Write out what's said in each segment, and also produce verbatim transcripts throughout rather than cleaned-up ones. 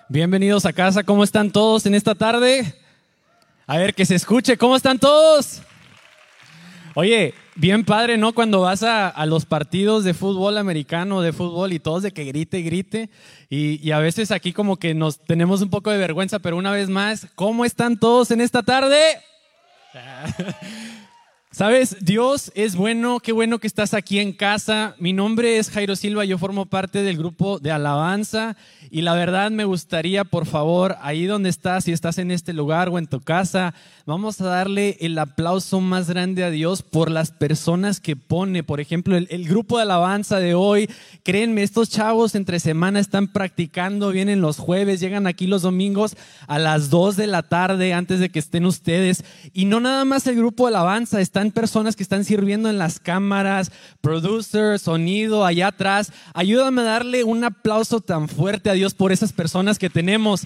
Bienvenidos a casa. ¿Cómo están todos en esta tarde? A ver, que se escuche. ¿Cómo están todos? Oye, bien padre, ¿no? Cuando vas a, a los partidos de fútbol americano, de fútbol y todos de que grite y grite. Y, y a veces aquí como que nos tenemos un poco de vergüenza, pero una vez más, ¿cómo están todos en esta tarde? ¿Sabes? Dios es bueno, qué bueno que estás aquí en casa. Mi nombre es Jairo Silva, yo formo parte del grupo de alabanza y la verdad me gustaría, por favor, ahí donde estás, si estás en este lugar o en tu casa, vamos a darle el aplauso más grande a Dios por las personas que pone. Por ejemplo, el, el grupo de alabanza de hoy, créanme, estos chavos entre semana están practicando, vienen los jueves, llegan aquí los domingos a las dos de la tarde antes de que estén ustedes. Y no nada más el grupo de alabanza, están personas que están sirviendo en las cámaras, producer, sonido, allá atrás. Ayúdame a darle un aplauso tan fuerte a Dios por esas personas que tenemos.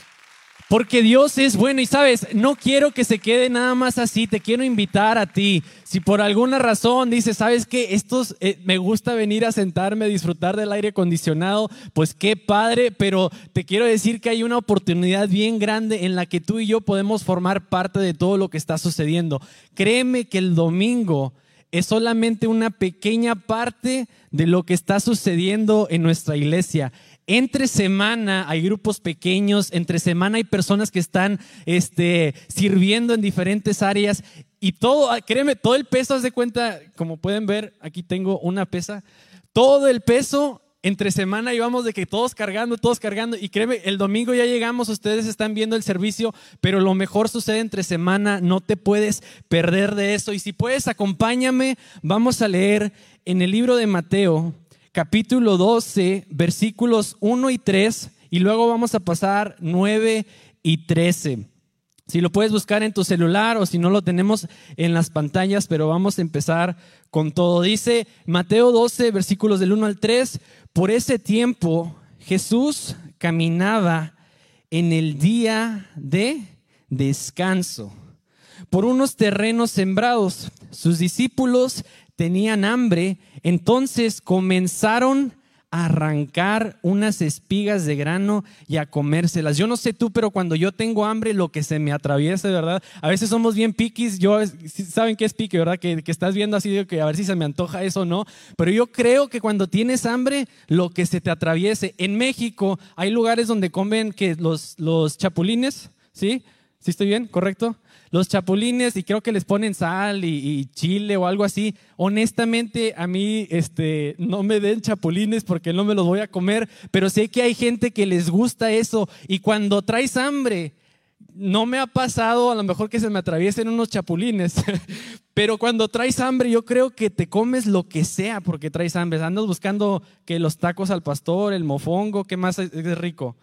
Porque Dios es bueno y sabes, no quiero que se quede nada más así, te quiero invitar a ti. Si por alguna razón dices, ¿sabes qué? Estos, eh, me gusta venir a sentarme, a disfrutar del aire acondicionado, pues qué padre, pero te quiero decir que hay una oportunidad bien grande en la que tú y yo podemos formar parte de todo lo que está sucediendo. Créeme que el domingo es solamente una pequeña parte de lo que está sucediendo en nuestra iglesia. Entre semana hay grupos pequeños, entre semana hay personas que están este, sirviendo en diferentes áreas y todo, créeme, todo el peso, haz de cuenta, como pueden ver, aquí tengo una pesa, todo el peso entre semana íbamos de que todos cargando, todos cargando y créeme, el domingo ya llegamos, ustedes están viendo el servicio, pero lo mejor sucede entre semana, no te puedes perder de eso y si puedes acompáñame, vamos a leer en el libro de Mateo, capítulo doce, versículos uno y tres, y luego vamos a pasar nueve y trece. Si lo puedes buscar en tu celular o si no lo tenemos en las pantallas, pero vamos a empezar con todo. Dice Mateo doce, versículos del uno al tres, por ese tiempo Jesús caminaba en el día de descanso por unos terrenos sembrados. Sus discípulos tenían hambre, entonces comenzaron a arrancar unas espigas de grano y a comérselas. Yo no sé tú, pero cuando yo tengo hambre, lo que se me atraviesa, ¿verdad? A veces somos bien piquis. Yo, ¿saben qué es pique, verdad? Que, que estás viendo así de que a ver si se me antoja eso o no. Pero yo creo que cuando tienes hambre, lo que se te atraviese. En México hay lugares donde comen que los, los chapulines, ¿sí? ¿Sí estoy bien? ¿Correcto? Los chapulines y creo que les ponen sal y, y chile o algo así. Honestamente a mí este, no me den chapulines porque no me los voy a comer, pero sé que hay gente que les gusta eso y cuando traes hambre, no me ha pasado a lo mejor que se me atraviesen unos chapulines, pero cuando traes hambre yo creo que te comes lo que sea porque traes hambre. Andas buscando que los tacos al pastor, el mofongo, ¿qué más es, es rico?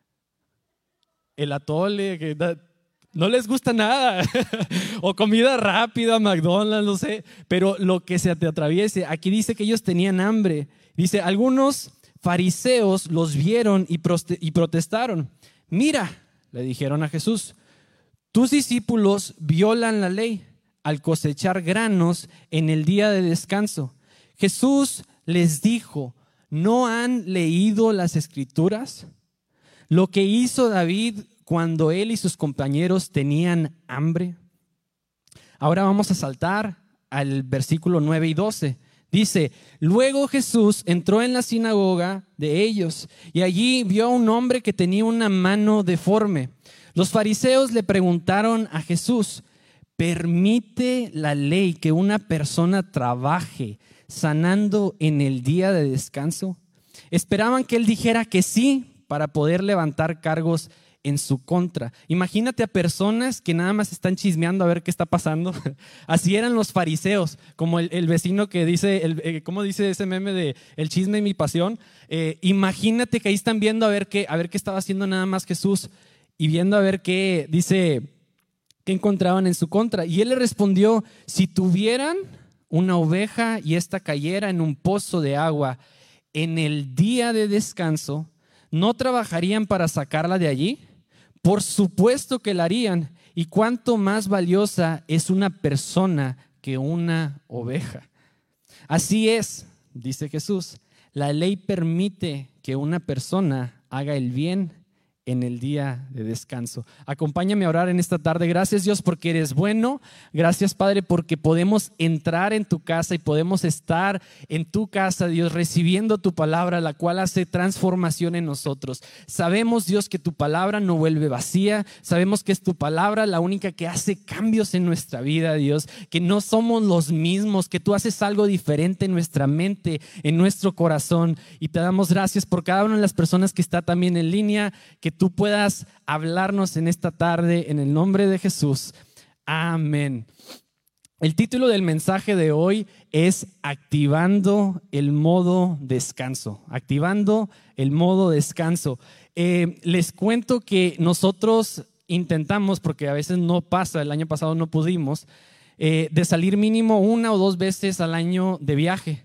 El atole, que da, no les gusta nada, o comida rápida, McDonald's, no sé, pero lo que se te atraviese. Aquí dice que ellos tenían hambre. Dice, algunos fariseos los vieron y, proste- y protestaron. Mira, le dijeron a Jesús, tus discípulos violan la ley al cosechar granos en el día de descanso. Jesús les dijo, ¿no han leído las Escrituras? Lo que hizo David cuando él y sus compañeros tenían hambre. Ahora vamos a saltar al versículo nueve y doce. Dice, luego Jesús entró en la sinagoga de ellos y allí vio a un hombre que tenía una mano deforme. Los fariseos le preguntaron a Jesús, ¿permite la ley que una persona trabaje sanando en el día de descanso? Esperaban que él dijera que sí para poder levantar cargos en su contra. Imagínate a personas que nada más están chismeando a ver qué está pasando. Así eran los fariseos, como el, el vecino que dice, el, eh, ¿cómo dice ese meme de el chisme y mi pasión? Eh, imagínate que ahí están viendo a ver qué, a ver qué estaba haciendo nada más Jesús y viendo a ver qué dice, qué encontraban en su contra. Y él le respondió, si tuvieran una oveja y ésta cayera en un pozo de agua en el día de descanso, ¿no trabajarían para sacarla de allí? Por supuesto que la harían. ¿Y cuánto más valiosa es una persona que una oveja? Así es, dice Jesús, la ley permite que una persona haga el bien en el día de descanso. Acompáñame a orar en esta tarde. Gracias, Dios, porque eres bueno. Gracias, Padre, porque podemos entrar en tu casa y podemos estar en tu casa, Dios, recibiendo tu palabra, la cual hace transformación en nosotros. Sabemos, Dios, que tu palabra no vuelve vacía. Sabemos que es tu palabra la única que hace cambios en nuestra vida, Dios, que no somos los mismos, que tú haces algo diferente en nuestra mente, en nuestro corazón. Y te damos gracias por cada una de las personas que está también en línea, que tú puedas hablarnos en esta tarde en el nombre de Jesús. Amén. El título del mensaje de hoy es Activando el modo descanso. Activando el modo descanso. Eh, les cuento que nosotros intentamos, porque a veces no pasa, el año pasado no pudimos, eh, de salir mínimo una o dos veces al año de viaje.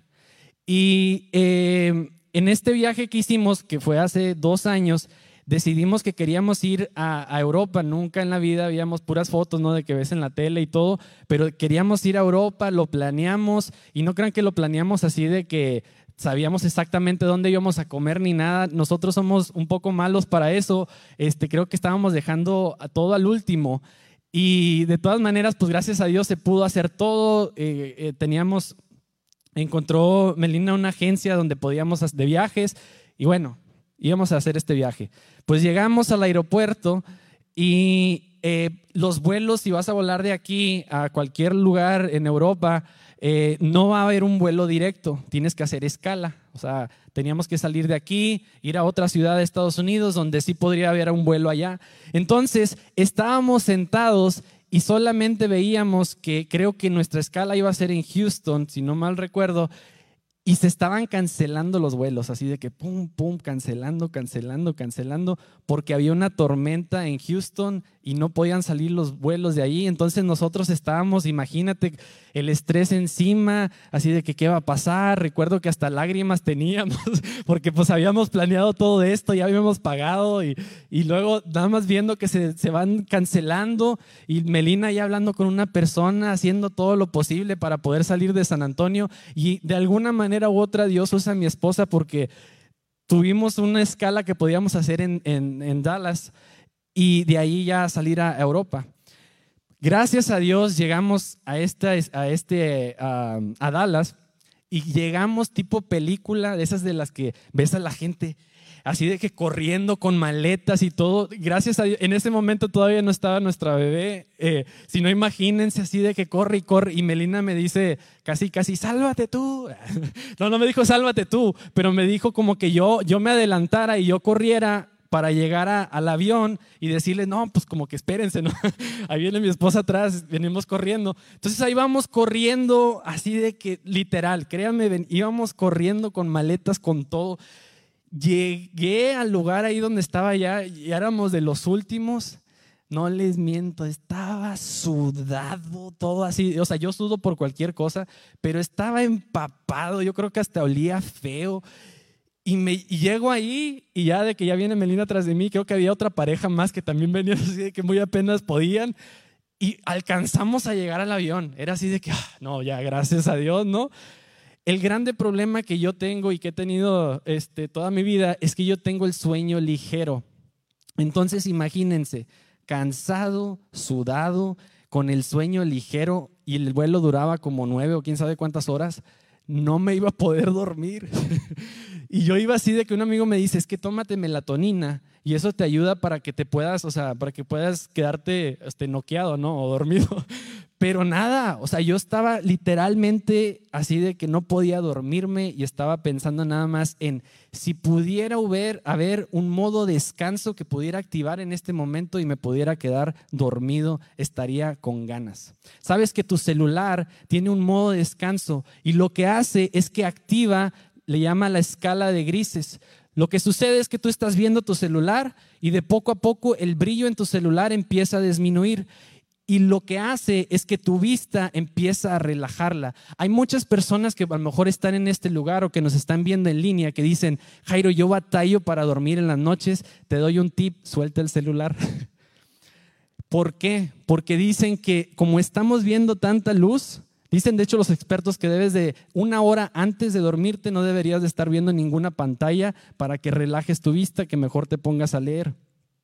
Y eh, en este viaje que hicimos, que fue hace dos años, decidimos que queríamos ir a, a Europa. Nunca en la vida habíamos puras fotos, ¿no?, de que ves en la tele y todo, pero queríamos ir a Europa, lo planeamos y no crean que lo planeamos así de que sabíamos exactamente dónde íbamos a comer ni nada. Nosotros somos un poco malos para eso. Este, creo que estábamos dejando a todo al último y de todas maneras, pues gracias a Dios se pudo hacer todo. Eh, eh, teníamos, encontró Melina una agencia donde podíamos hacer de viajes y bueno, íbamos a hacer este viaje. Pues llegamos al aeropuerto y eh, los vuelos, si vas a volar de aquí a cualquier lugar en Europa, eh, no va a haber un vuelo directo, tienes que hacer escala. O sea, teníamos que salir de aquí, ir a otra ciudad de Estados Unidos donde sí podría haber un vuelo allá. Entonces, estábamos sentados y solamente veíamos que creo que nuestra escala iba a ser en Houston, si no mal recuerdo. Y se estaban cancelando los vuelos, así de que pum, pum, cancelando, cancelando, cancelando, porque había una tormenta en Houston y no podían salir los vuelos de allí. Entonces nosotros estábamos, imagínate, el estrés encima, así de que qué va a pasar. Recuerdo que hasta lágrimas teníamos, porque pues habíamos planeado todo esto, ya habíamos pagado y, y luego nada más viendo que se, se van cancelando y Melina ya hablando con una persona, haciendo todo lo posible para poder salir de San Antonio y de alguna manera u otra Dios usa a mi esposa porque tuvimos una escala que podíamos hacer en, en, en Dallas y de ahí ya salir a Europa. Gracias a Dios llegamos a, esta, a, este, a, a Dallas y llegamos tipo película de esas de las que ves a la gente así de que corriendo con maletas y todo. Gracias a Dios, en ese momento todavía no estaba nuestra bebé. Eh, si no, imagínense así de que corre y corre. Y Melina me dice casi, casi, sálvate tú. No, no me dijo sálvate tú, pero me dijo como que yo, yo me adelantara y yo corriera para llegar a, al avión y decirle, no, pues como que espérense, ¿no? Ahí viene mi esposa atrás, venimos corriendo. Entonces ahí vamos corriendo así de que literal, créanme, ven, íbamos corriendo con maletas, con todo. Llegué al lugar ahí donde estaba ya, y éramos de los últimos, no les miento, estaba sudado, todo así, o sea, yo sudo por cualquier cosa, pero estaba empapado, yo creo que hasta olía feo. Y, me, y llego ahí y ya de que ya viene Melina atrás de mí, creo que había otra pareja más que también venían así de que muy apenas podían y alcanzamos a llegar al avión. Era así de que, ah, no, ya gracias a Dios, ¿no? El grande problema que yo tengo y que he tenido este, toda mi vida es que yo tengo el sueño ligero. Entonces imagínense, cansado, sudado, con el sueño ligero y el vuelo duraba como nueve o quién sabe cuántas horas, no me iba a poder dormir. Y yo iba así de que un amigo me dice, es que tómate melatonina y eso te ayuda para que te puedas, o sea, para que puedas quedarte este, noqueado, ¿no? O dormido. Pero nada, o sea, yo estaba literalmente así de que no podía dormirme y estaba pensando nada más en si pudiera haber, haber un modo descanso que pudiera activar en este momento y me pudiera quedar dormido, estaría con ganas. Sabes que tu celular tiene un modo descanso y lo que hace es que activa, le llama la escala de grises. Lo que sucede es que tú estás viendo tu celular y de poco a poco el brillo en tu celular empieza a disminuir. Y lo que hace es que tu vista empieza a relajarla. Hay muchas personas que a lo mejor están en este lugar o que nos están viendo en línea que dicen, Jairo, yo batallo para dormir en las noches. Te doy un tip, suelta el celular. ¿Por qué? Porque dicen que como estamos viendo tanta luz, dicen de hecho los expertos que debes de una hora antes de dormirte no deberías de estar viendo ninguna pantalla para que relajes tu vista, que mejor te pongas a leer.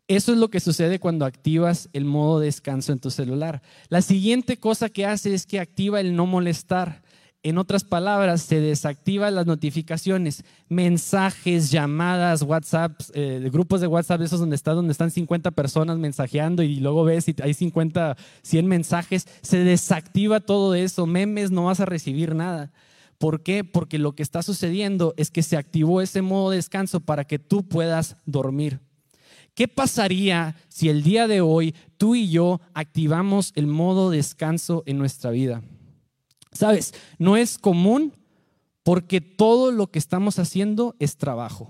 Eso es lo que sucede cuando activas el modo descanso en tu celular. La siguiente cosa que hace es que activa el no molestar. En otras palabras, se desactivan las notificaciones, mensajes, llamadas, WhatsApp, eh, grupos de WhatsApp, esos donde, está, donde están cincuenta personas mensajeando y luego ves y hay cincuenta, cien mensajes. Se desactiva todo eso, memes, no vas a recibir nada. ¿Por qué? Porque lo que está sucediendo es que se activó ese modo descanso para que tú puedas dormir. ¿Qué pasaría si el día de hoy tú y yo activamos el modo descanso en nuestra vida? ¿Sabes? No es común porque todo lo que estamos haciendo es trabajo.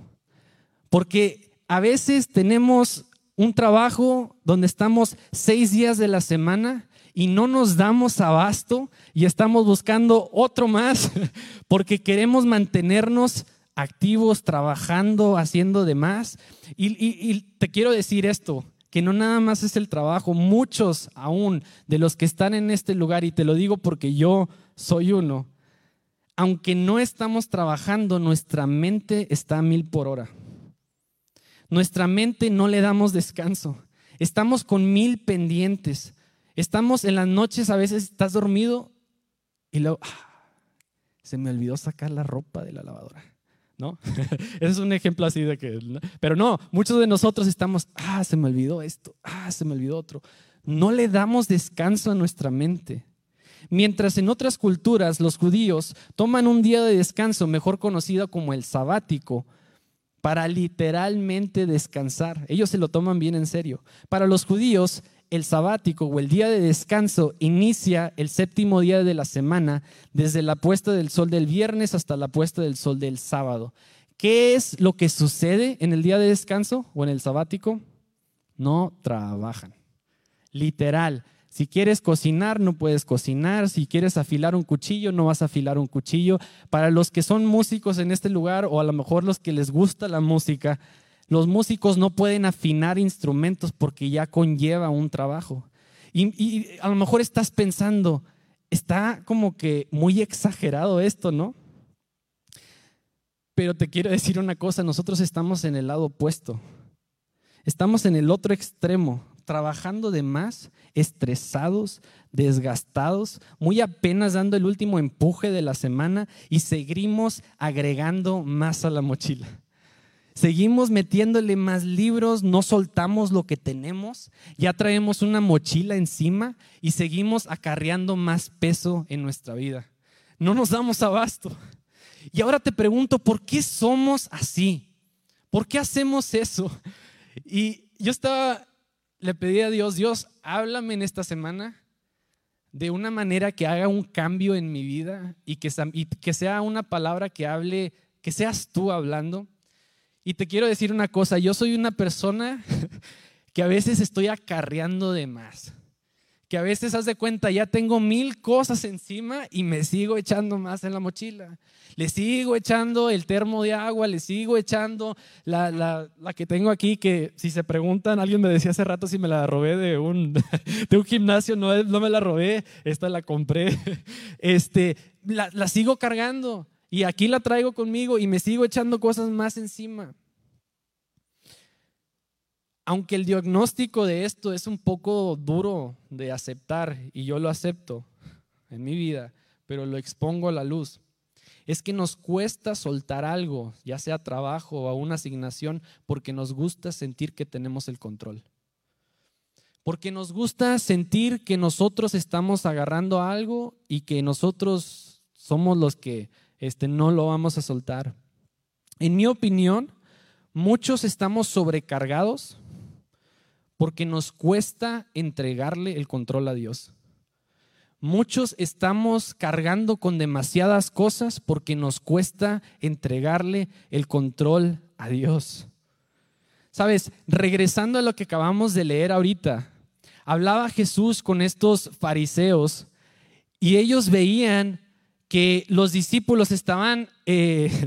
Porque a veces tenemos un trabajo donde estamos seis días de la semana y no nos damos abasto y estamos buscando otro más porque queremos mantenernos activos, trabajando, haciendo de más. Y, y, y te quiero decir esto, que no nada más es el trabajo. Muchos aún de los que están en este lugar, y te lo digo porque yo soy uno, aunque no estamos trabajando, nuestra mente está a mil por hora. Nuestra mente no le damos descanso. Estamos con mil pendientes. Estamos en las noches, a veces estás dormido y luego, ah, se me olvidó sacar la ropa de la lavadora, ¿no? Ese es un ejemplo así de que, pero no, muchos de nosotros estamos, ah, se me olvidó esto, ah, se me olvidó otro. No le damos descanso a nuestra mente. Mientras en otras culturas los judíos toman un día de descanso, mejor conocido como el sabático, para literalmente descansar. Ellos se lo toman bien en serio. Para los judíos, el sabático o el día de descanso inicia el séptimo día de la semana, desde la puesta del sol del viernes hasta la puesta del sol del sábado. ¿Qué es lo que sucede en el día de descanso o en el sabático? No trabajan. Literal. Si quieres cocinar, no puedes cocinar. Si quieres afilar un cuchillo, no vas a afilar un cuchillo. Para los que son músicos en este lugar, o a lo mejor los que les gusta la música, los músicos no pueden afinar instrumentos porque ya conlleva un trabajo. Y, y a lo mejor estás pensando, está como que muy exagerado esto, ¿no? Pero te quiero decir una cosa, nosotros estamos en el lado opuesto. Estamos en el otro extremo, trabajando de más, estresados, desgastados, muy apenas dando el último empuje de la semana y seguimos agregando más a la mochila. Seguimos metiéndole más libros, no soltamos lo que tenemos, ya traemos una mochila encima y seguimos acarreando más peso en nuestra vida. No nos damos abasto. Y ahora te pregunto, ¿por qué somos así? ¿Por qué hacemos eso? Y yo estaba, le pedí a Dios, Dios, háblame en esta semana de una manera que haga un cambio en mi vida y que, y que sea una palabra que hable, que seas tú hablando. Y te quiero decir una cosa, yo soy una persona que a veces estoy acarreando de más, que a veces, haz de cuenta, ya tengo mil cosas encima y me sigo echando más en la mochila. Le sigo echando el termo de agua, le sigo echando la, la, la que tengo aquí, que si se preguntan, alguien me decía hace rato si me la robé de un, de un gimnasio, no, no me la robé, esta la compré, este, la, la sigo cargando. Y aquí la traigo conmigo y me sigo echando cosas más encima. Aunque el diagnóstico de esto es un poco duro de aceptar, y yo lo acepto en mi vida, pero lo expongo a la luz, es que nos cuesta soltar algo, ya sea trabajo o una asignación, porque nos gusta sentir que tenemos el control. Porque nos gusta sentir que nosotros estamos agarrando algo y que nosotros somos los que Este, no lo vamos a soltar. En mi opinión, muchos estamos sobrecargados porque nos cuesta entregarle el control a Dios. Muchos estamos cargando con demasiadas cosas porque nos cuesta entregarle el control a Dios. Sabes, regresando a lo que acabamos de leer ahorita, hablaba Jesús con estos fariseos y ellos veían que los discípulos estaban, eh,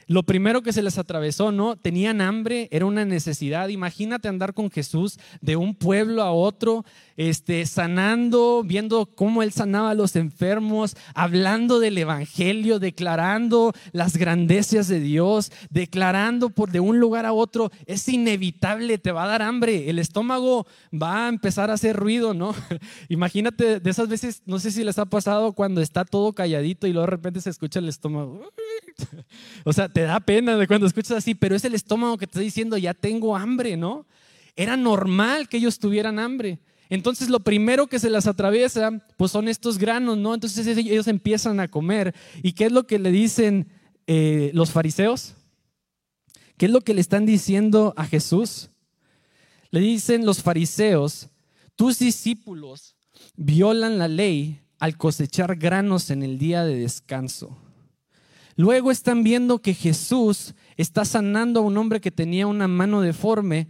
Lo primero que se les atravesó, ¿no? Tenían hambre, era una necesidad. Imagínate andar con Jesús de un pueblo a otro, este, sanando, viendo cómo Él sanaba a los enfermos, hablando del evangelio, declarando las grandezas de Dios, declarando por de un lugar a otro. Es inevitable, te va a dar hambre, el estómago va a empezar a hacer ruido, ¿no? Imagínate de esas veces, no sé si les ha pasado cuando está todo calladito y luego de repente se escucha el estómago. O sea, te da pena de cuando escuchas así, pero es el estómago que te está diciendo, ya tengo hambre, ¿no? Era normal que ellos tuvieran hambre. Entonces lo primero que se les atraviesa, pues son estos granos, ¿no? Entonces ellos empiezan a comer. ¿Y qué es lo que le dicen eh, los fariseos? ¿Qué es lo que le están diciendo a Jesús? Le dicen los fariseos, tus discípulos violan la ley al cosechar granos en el día de descanso. Luego están viendo que Jesús está sanando a un hombre que tenía una mano deforme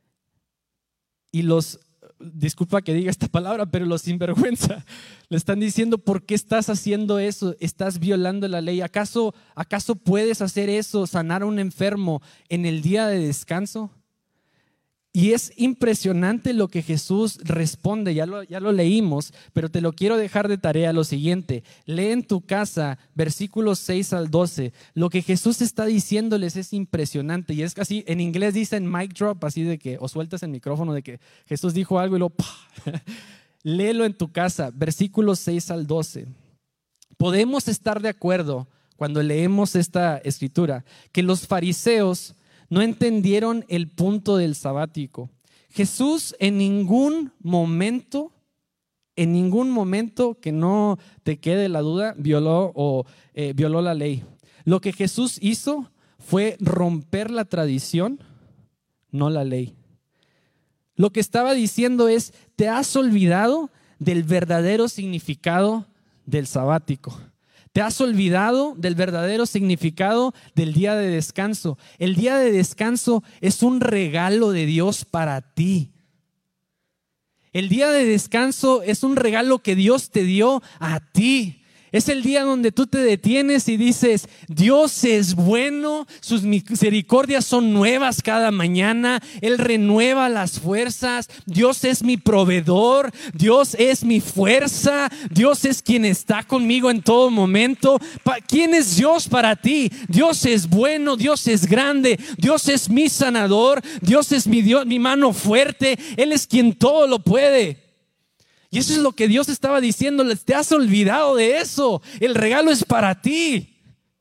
y los, disculpa que diga esta palabra, pero los sinvergüenza le están diciendo, ¿por qué estás haciendo eso? Estás violando la ley. ¿Acaso, acaso puedes hacer eso, sanar a un enfermo en el día de descanso? Y es impresionante lo que Jesús responde, ya lo, ya lo leímos, pero te lo quiero dejar de tarea lo siguiente. Lee en tu casa versículos seis al doce. Lo que Jesús está diciéndoles es impresionante y es casi, en inglés dicen mic drop, así de que, o sueltas el micrófono de que Jesús dijo algo y lo ¡pah! Léelo en tu casa, versículos seis al doce. Podemos estar de acuerdo cuando leemos esta escritura que los fariseos no entendieron el punto del sabático. Jesús en ningún momento, en ningún momento que no te quede la duda, violó o eh, violó la ley. Lo que Jesús hizo fue romper la tradición, no la ley. Lo que estaba diciendo es, te has olvidado del verdadero significado del sabático. Te has olvidado del verdadero significado del día de descanso. El día de descanso es un regalo de Dios para ti. El día de descanso es un regalo que Dios te dio a ti. Es el día donde tú te detienes y dices, Dios es bueno, sus misericordias son nuevas cada mañana, Él renueva las fuerzas, Dios es mi proveedor, Dios es mi fuerza, Dios es quien está conmigo en todo momento. ¿Quién es Dios para ti? Dios es bueno, Dios es grande, Dios es mi sanador, Dios es mi Dios, mi mano fuerte, Él es quien todo lo puede. Y eso es lo que Dios estaba diciéndoles, te has olvidado de eso, el regalo es para ti.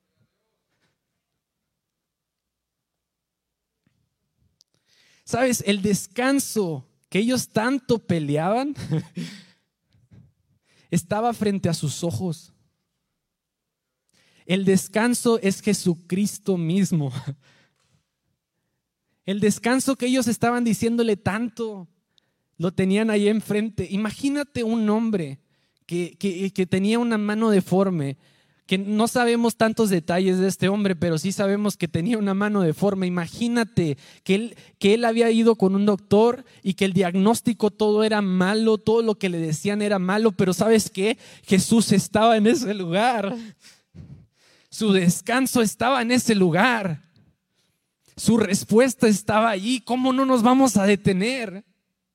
¿Sabes? El descanso que ellos tanto peleaban estaba frente a sus ojos. El descanso es Jesucristo mismo. El descanso que ellos estaban diciéndole tanto, lo tenían ahí enfrente. Imagínate un hombre que, que, que tenía una mano deforme, que no sabemos tantos detalles de este hombre, pero sí sabemos que tenía una mano deforme. Imagínate que él, que él había ido con un doctor y que el diagnóstico todo era malo, todo lo que le decían era malo, pero ¿sabes qué? Jesús estaba en ese lugar. Su descanso estaba en ese lugar. Su respuesta estaba allí. ¿Cómo no nos vamos a detener?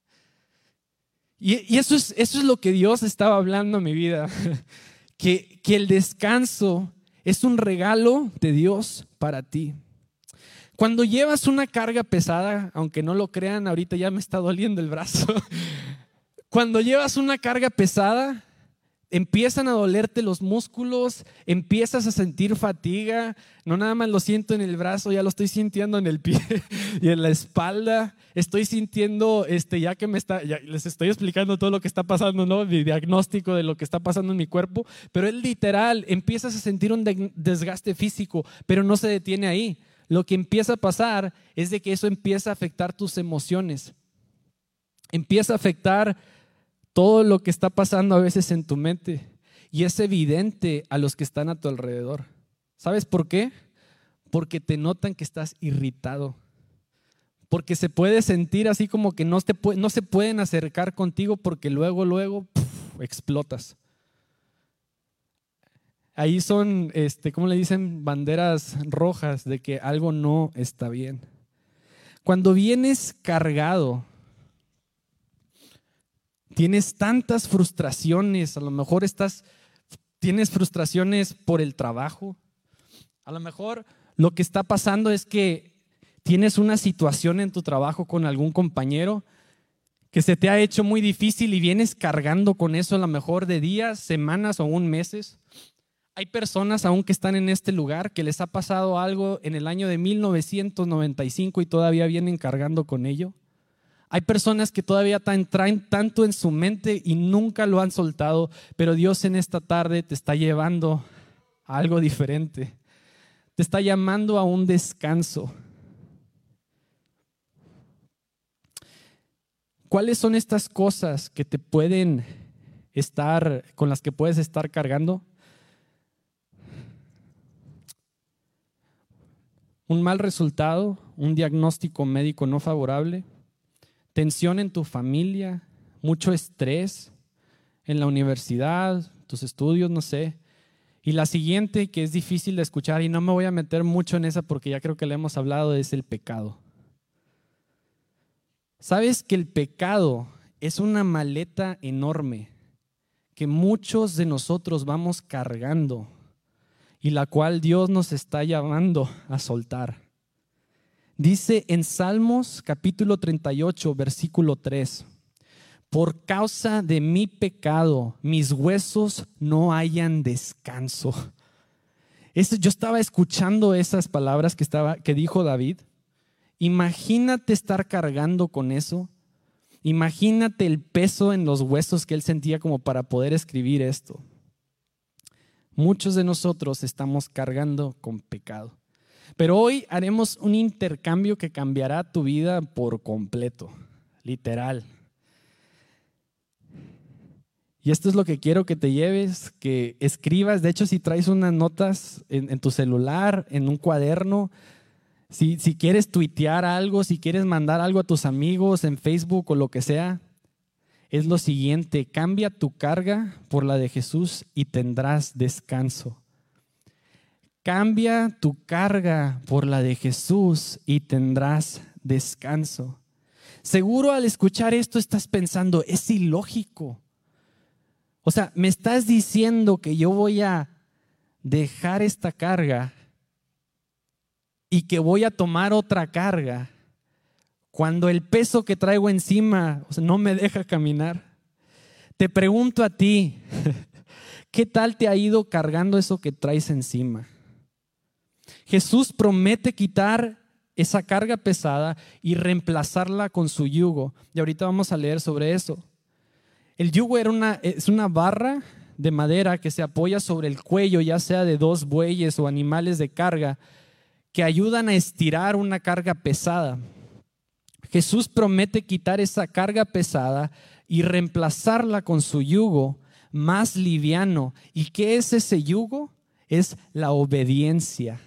Y, y eso, es, eso es lo que Dios estaba hablando en mi vida, que, que el descanso es un regalo de Dios para ti. Cuando llevas una carga pesada, aunque no lo crean, ahorita ya me está doliendo el brazo. Cuando llevas una carga pesada, empiezan a dolerte los músculos, empiezas a sentir fatiga, no nada más lo siento en el brazo, ya lo estoy sintiendo en el pie y en la espalda, estoy sintiendo, este, ya que me está, ya les estoy explicando todo lo que está pasando, ¿no? Mi diagnóstico de lo que está pasando en mi cuerpo, pero es literal, empiezas a sentir un desgaste físico, pero no se detiene ahí. Lo que empieza a pasar es de que eso empieza a afectar tus emociones, empieza a afectar todo lo que está pasando a veces en tu mente y es evidente a los que están a tu alrededor. ¿Sabes por qué? Porque te notan que estás irritado. Porque se puede sentir así como que no, te, no se pueden acercar contigo porque luego, luego puf, explotas. ahí son, este, ¿cómo le dicen? Banderas rojas de que algo no está bien. Cuando vienes cargado, tienes tantas frustraciones, a lo mejor estás, tienes frustraciones por el trabajo, a lo mejor lo que está pasando es que tienes una situación en tu trabajo con algún compañero que se te ha hecho muy difícil y vienes cargando con eso a lo mejor de días, semanas o aún meses. Hay personas aún que están en este lugar que les ha pasado algo en el año de mil novecientos noventa y cinco y todavía vienen cargando con ello. Hay personas que todavía traen tanto en su mente y nunca lo han soltado, pero Dios en esta tarde te está llevando a algo diferente. Te está llamando a un descanso. ¿Cuáles son estas cosas que te pueden estar, con las que puedes estar cargando? Un mal resultado, un diagnóstico médico no favorable, tensión en tu familia, mucho estrés en la universidad, tus estudios, no sé. Y la siguiente, que es difícil de escuchar y no me voy a meter mucho en esa porque ya creo que le hemos hablado, es el pecado. ¿Sabes que el pecado es una maleta enorme que muchos de nosotros vamos cargando y la cual Dios nos está llamando a soltar? Dice en Salmos capítulo treinta y ocho, versículo tres, por causa de mi pecado, mis huesos no hallan descanso. Eso, yo estaba escuchando esas palabras que, estaba, que dijo David. Imagínate estar cargando con eso. Imagínate el peso en los huesos que él sentía como para poder escribir esto. Muchos de nosotros estamos cargando con pecado. Pero hoy haremos un intercambio que cambiará tu vida por completo, literal. Y esto es lo que quiero que te lleves, que escribas. De hecho, si traes unas notas en, en tu celular, en un cuaderno, si, si quieres tuitear algo, si quieres mandar algo a tus amigos en Facebook o lo que sea, es lo siguiente: cambia tu carga por la de Jesús y tendrás descanso. Cambia tu carga por la de Jesús y tendrás descanso. Seguro al escuchar esto estás pensando, es ilógico. O sea, me estás diciendo que yo voy a dejar esta carga y que voy a tomar otra carga cuando el peso que traigo encima, o sea, no me deja caminar. Te pregunto a ti, ¿qué tal te ha ido cargando eso que traes encima? Jesús promete quitar esa carga pesada y reemplazarla con su yugo. Y ahorita vamos a leer sobre eso. El yugo era una, es una barra de madera que se apoya sobre el cuello, ya sea de dos bueyes o animales de carga, que ayudan a estirar una carga pesada. Jesús promete quitar esa carga pesada y reemplazarla con su yugo más liviano. ¿Y qué es ese yugo? Es la obediencia.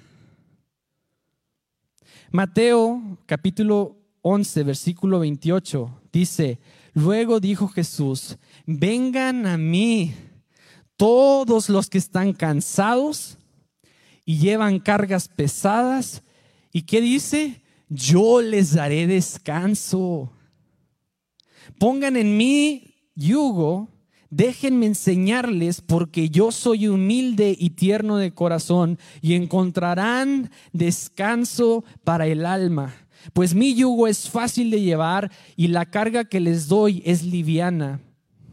Mateo capítulo once, versículo veintiocho dice: luego dijo Jesús, vengan a mí todos los que están cansados y llevan cargas pesadas. ¿Y qué dice? Yo les daré descanso. Pongan en mí yugo, déjenme enseñarles, porque yo soy humilde y tierno de corazón, y encontrarán descanso para el alma. Pues mi yugo es fácil de llevar y la carga que les doy es liviana.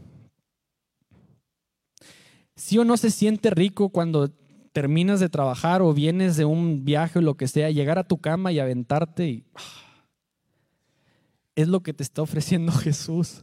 ¿Sí o no se siente rico cuando terminas de trabajar o vienes de un viaje o lo que sea, llegar a tu cama y aventarte? Y es lo que te está ofreciendo Jesús.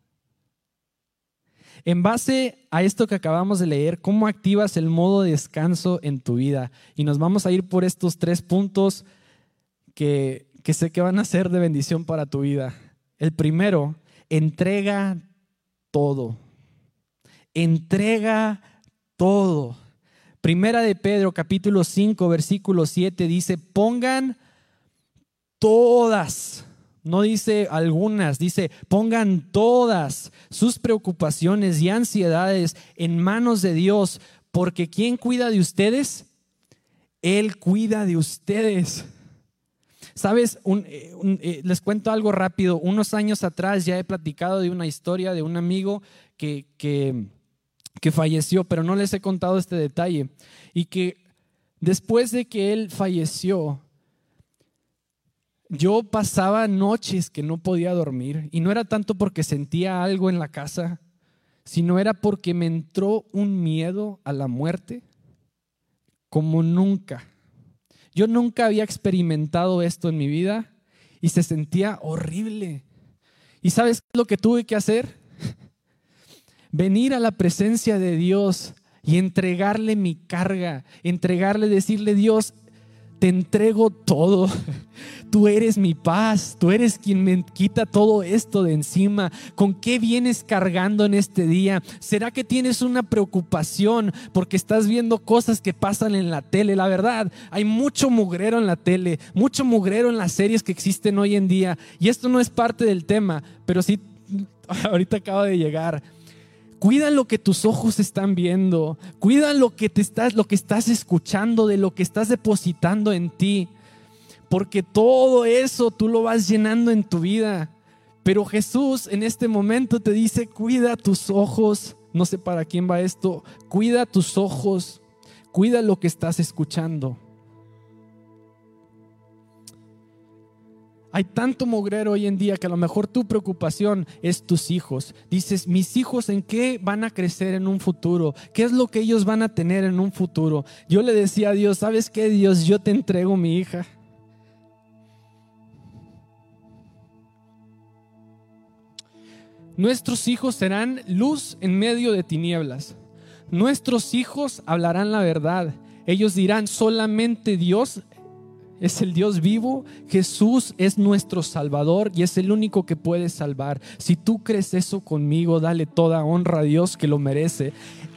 En base a esto que acabamos de leer, ¿cómo activas el modo de descanso en tu vida? Y nos vamos a ir por estos tres puntos que, que sé que van a ser de bendición para tu vida. El primero, entrega todo. Entrega todo. Primera de Pedro, capítulo cinco, versículo siete, dice: pongan todas. No dice algunas, dice pongan todas sus preocupaciones y ansiedades en manos de Dios, porque ¿quién cuida de ustedes? Él cuida de ustedes. ¿Sabes? Un, un, eh, les cuento algo rápido. Unos años atrás ya he platicado de una historia de un amigo que, que, que falleció, pero no les he contado este detalle. Y que después de que él falleció, yo pasaba noches que no podía dormir. Y no era tanto porque sentía algo en la casa, sino era porque me entró un miedo a la muerte como nunca. Yo nunca había experimentado esto en mi vida y se sentía horrible. ¿Y sabes qué es lo que tuve que hacer? Venir a la presencia de Dios y entregarle mi carga, entregarle, decirle: Dios, te entrego todo. Tú eres mi paz, tú eres quien me quita todo esto de encima. ¿Con qué vienes cargando en este día? ¿Será que tienes una preocupación porque estás viendo cosas que pasan en la tele? La verdad, hay mucho mugrero en la tele, mucho mugrero en las series que existen hoy en día. Y esto no es parte del tema, pero sí, ahorita acaba de llegar. Cuida lo que tus ojos están viendo. Cuida lo que te estás, lo que estás escuchando, de lo que estás depositando en ti. Porque todo eso tú lo vas llenando en tu vida. Pero Jesús en este momento te dice: cuida tus ojos. No sé para quién va esto. Cuida tus ojos. Cuida lo que estás escuchando. Hay tanto mugrero hoy en día que a lo mejor tu preocupación es tus hijos. Dices: mis hijos, ¿en qué van a crecer en un futuro? ¿Qué es lo que ellos van a tener en un futuro? Yo le decía a Dios: ¿sabes qué, Dios? Yo te entrego mi hija. Nuestros hijos serán luz en medio de tinieblas. Nuestros hijos hablarán la verdad. Ellos dirán: solamente Dios es el Dios vivo. Jesús es nuestro Salvador y es el único que puede salvar. Si tú crees eso conmigo, dale toda honra a Dios, que lo merece.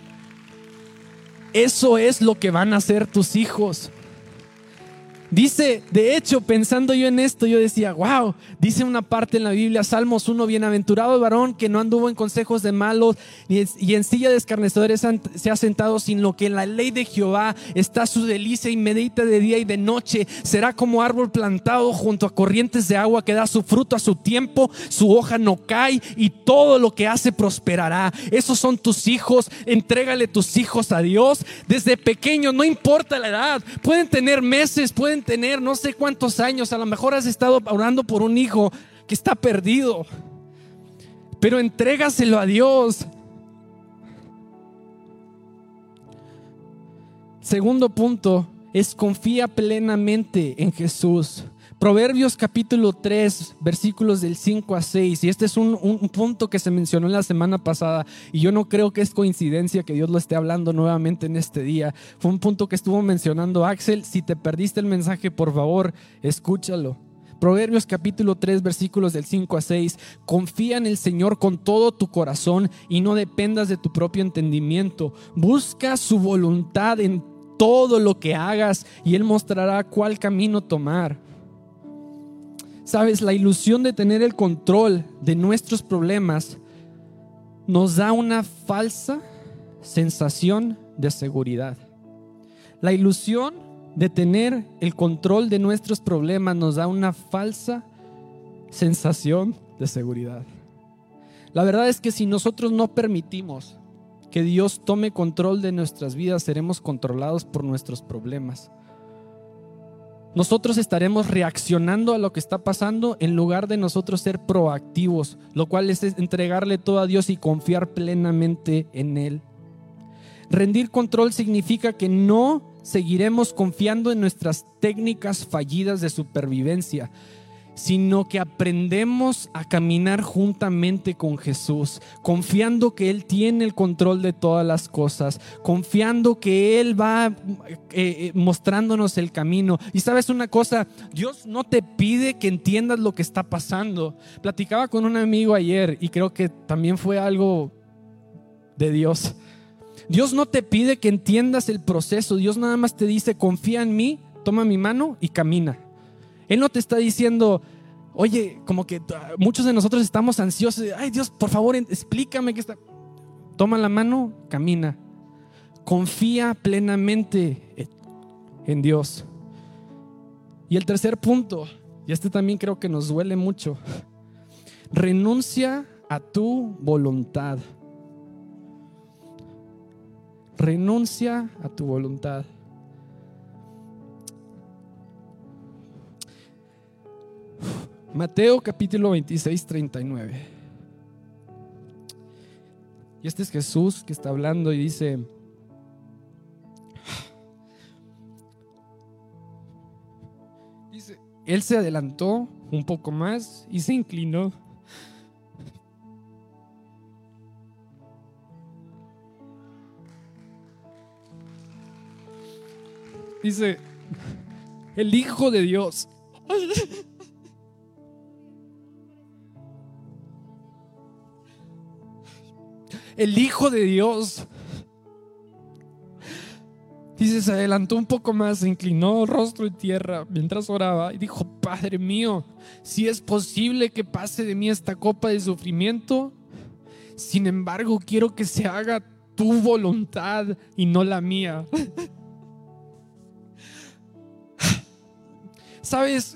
Eso es lo que van a hacer tus hijos. Dice, de hecho, pensando yo en esto, yo decía: wow, dice una parte en la Biblia, Salmos uno: bienaventurado el varón que no anduvo en consejos de malos, y en silla de escarnecedores se ha sentado, sino que en la ley de Jehová está su delicia, y medita de día y de noche. Será como árbol plantado junto a corrientes de agua, que da su fruto a su tiempo, su hoja no cae, y todo lo que hace prosperará. Esos son tus hijos. Entrégale tus hijos a Dios desde pequeños, no importa la edad. Pueden tener meses, pueden tener no sé cuántos años. A lo mejor has estado orando por un hijo que está perdido, pero entrégaselo a Dios. Segundo punto es: confía plenamente en Jesús. Proverbios capítulo tres, versículos del cinco a seis. Y este es un, un punto que se mencionó en la semana pasada, y yo no creo que es coincidencia que Dios lo esté hablando nuevamente en este día. Fue un punto que estuvo mencionando Axel. Si te perdiste el mensaje, por favor, escúchalo. Proverbios capítulo tres, versículos del cinco a seis. Confía en el Señor con todo tu corazón y no dependas de tu propio entendimiento. Busca su voluntad en todo lo que hagas y Él mostrará cuál camino tomar. Sabes, la ilusión de tener el control de nuestros problemas nos da una falsa sensación de seguridad. La ilusión de tener el control de nuestros problemas nos da una falsa sensación de seguridad. La verdad es que si nosotros no permitimos que Dios tome control de nuestras vidas, seremos controlados por nuestros problemas. Nosotros estaremos reaccionando a lo que está pasando en lugar de nosotros ser proactivos, lo cual es entregarle todo a Dios y confiar plenamente en Él. Rendir control significa que no seguiremos confiando en nuestras técnicas fallidas de supervivencia, sino que aprendemos a caminar juntamente con Jesús, confiando que Él tiene el control de todas las cosas, confiando que Él va eh, mostrándonos el camino. Y sabes una cosa, Dios no te pide que entiendas lo que está pasando. Platicaba con un amigo ayer y creo que también fue algo de Dios. Dios no te pide que entiendas el proceso. Dios nada más te dice: confía en mí, toma mi mano y camina. Él no te está diciendo: oye, como que muchos de nosotros estamos ansiosos. Ay, Dios, por favor, explícame qué está. Toma la mano, camina. Confía plenamente en Dios. Y el tercer punto, y este también creo que nos duele mucho: renuncia a tu voluntad. Renuncia a tu voluntad. Mateo capítulo veintiséis, treinta y nueve. Y este es Jesús que está hablando y dice: dice, Él se adelantó un poco más y se inclinó. Dice: el Hijo de Dios El Hijo de Dios, dice, se adelantó un poco más, se inclinó rostro en tierra mientras oraba y dijo: Padre mío, si es posible que pase de mí esta copa de sufrimiento, sin embargo quiero que se haga tu voluntad y no la mía. ¿Sabes?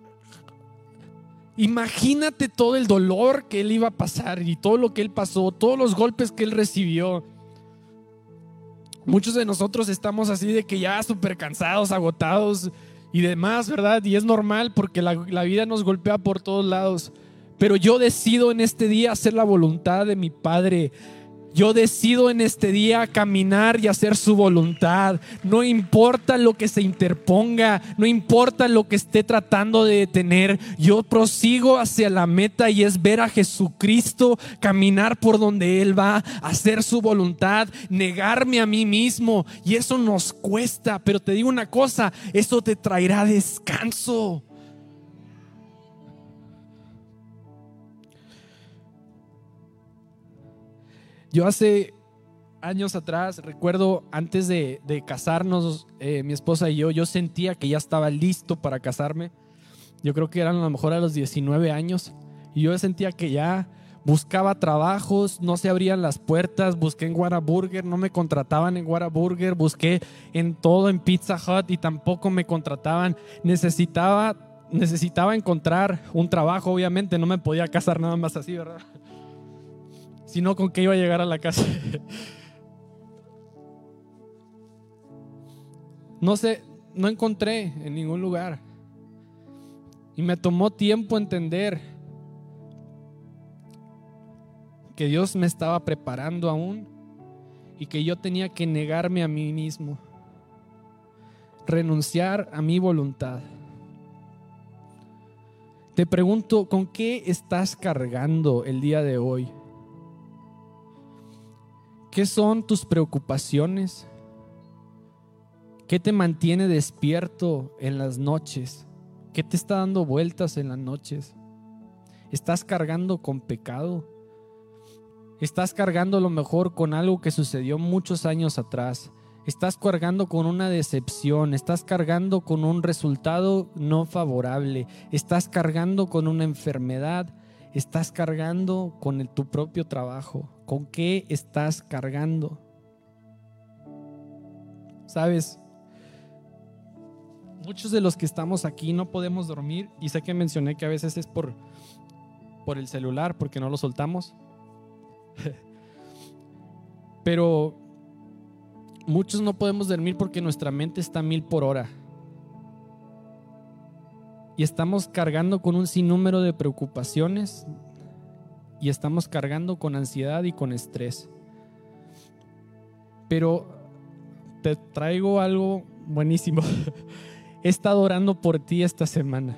Imagínate todo el dolor que él iba a pasar y todo lo que él pasó, todos los golpes que él recibió. Muchos de nosotros estamos así de que ya súper cansados, agotados y demás, ¿verdad? Y es normal porque la, la vida nos golpea por todos lados. Pero yo decido en este día hacer la voluntad de mi Padre. Yo decido en este día caminar y hacer su voluntad. No importa lo que se interponga, no importa lo que esté tratando de detener. Yo prosigo hacia la meta y es ver a Jesucristo caminar por donde Él va, hacer su voluntad, negarme a mí mismo. Y eso nos cuesta, pero te digo una cosa, eso te traerá descanso. Yo hace años atrás, recuerdo antes de, de casarnos, eh, mi esposa y yo, yo sentía que ya estaba listo para casarme. Yo creo que eran a lo mejor a los diecinueve años. Y yo sentía que ya buscaba trabajos, no se abrían las puertas. Busqué en Whataburger, no me contrataban en Whataburger. Busqué en todo, en Pizza Hut, y tampoco me contrataban. Necesitaba, necesitaba encontrar un trabajo, obviamente. No me podía casar nada más así, ¿verdad? Sino con qué iba a llegar a la casa. No sé, no encontré en ningún lugar. Y me tomó tiempo entender que Dios me estaba preparando aún y que yo tenía que negarme a mí mismo, renunciar a mi voluntad. Te pregunto, ¿con qué estás cargando el día de hoy? ¿Qué son tus preocupaciones? ¿Qué te mantiene despierto en las noches? ¿Qué te está dando vueltas en las noches? ¿Estás cargando con pecado? ¿Estás cargando a lo mejor con algo que sucedió muchos años atrás? ¿Estás cargando con una decepción? ¿Estás cargando con un resultado no favorable? ¿Estás cargando con una enfermedad? ¿Estás cargando con el, tu propio trabajo? ¿Con qué estás cargando? ¿Sabes? Muchos de los que estamos aquí no podemos dormir, y sé que mencioné que a veces es por, por el celular, porque no lo soltamos. Pero muchos no podemos dormir porque nuestra mente está a mil por hora. Y estamos cargando con un sinnúmero de preocupaciones y estamos cargando con ansiedad y con estrés. Pero te traigo algo buenísimo. He estado orando por ti esta semana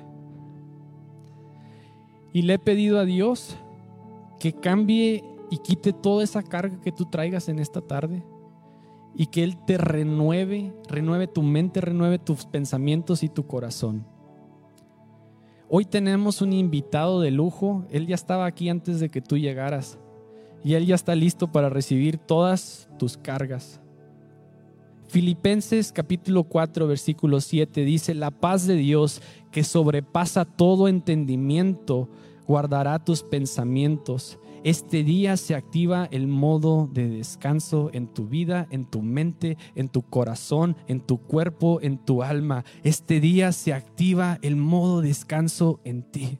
y le he pedido a Dios que cambie y quite toda esa carga que tú traigas en esta tarde y que Él te renueve, renueve tu mente, renueve tus pensamientos y tu corazón. Hoy tenemos un invitado de lujo. Él ya estaba aquí antes de que tú llegaras y Él ya está listo para recibir todas tus cargas. Filipenses capítulo cuatro versículo siete dice: la paz de Dios que sobrepasa todo entendimiento guardará tus pensamientos. Este día se activa el modo de descanso en tu vida, en tu mente, en tu corazón, en tu cuerpo, en tu alma. Este día se activa el modo descanso en ti.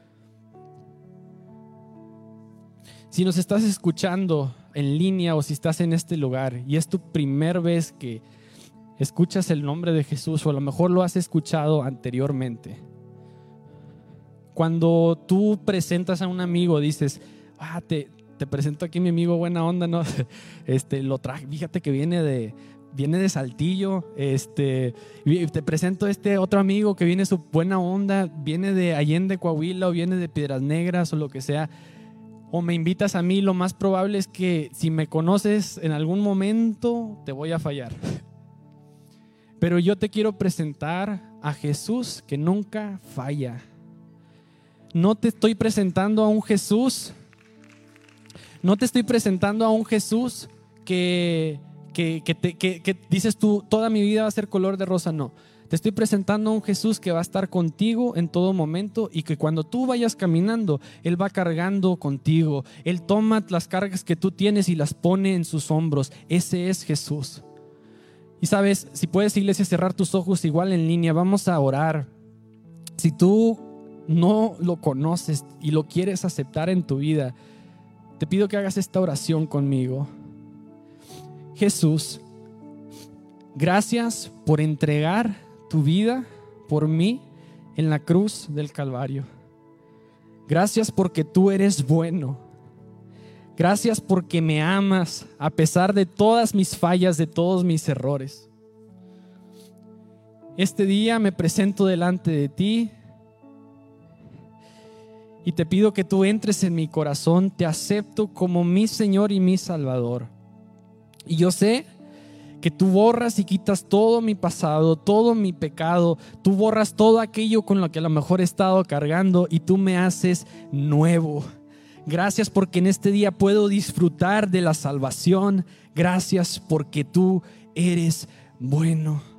Si nos estás escuchando en línea o si estás en este lugar y es tu primera vez que escuchas el nombre de Jesús, o a lo mejor lo has escuchado anteriormente, cuando tú presentas a un amigo, dices, ah, te, te presento aquí a mi amigo buena onda, ¿no? Este, lo traje, fíjate que viene de, viene de Saltillo, este, te presento a este otro amigo que viene su buena onda, viene de Allende, Coahuila, o viene de Piedras Negras o lo que sea, o me invitas a mí, lo más probable es que si me conoces en algún momento te voy a fallar. Pero yo te quiero presentar a Jesús que nunca falla. No te estoy presentando a un Jesús, no te estoy presentando a un Jesús que, que, que, te, que, que dices tú, toda mi vida va a ser color de rosa. No, te estoy presentando a un Jesús que va a estar contigo en todo momento y que cuando tú vayas caminando, Él va cargando contigo. Él toma las cargas que tú tienes y las pone en sus hombros. Ese es Jesús. Y sabes, si puedes, iglesia, cerrar tus ojos igual en línea, vamos a orar. Si tú no lo conoces y lo quieres aceptar en tu vida, te pido que hagas esta oración conmigo. Jesús, gracias por entregar tu vida por mí en la cruz del Calvario. Gracias porque tú eres bueno. Gracias porque me amas a pesar de todas mis fallas, de todos mis errores. Este día me presento delante de ti y te pido que tú entres en mi corazón. Te acepto como mi Señor y mi Salvador. Y yo sé que tú borras y quitas todo mi pasado, todo mi pecado. Tú borras todo aquello con lo que a lo mejor he estado cargando y tú me haces nuevo. Gracias porque en este día puedo disfrutar de la salvación. Gracias porque tú eres bueno.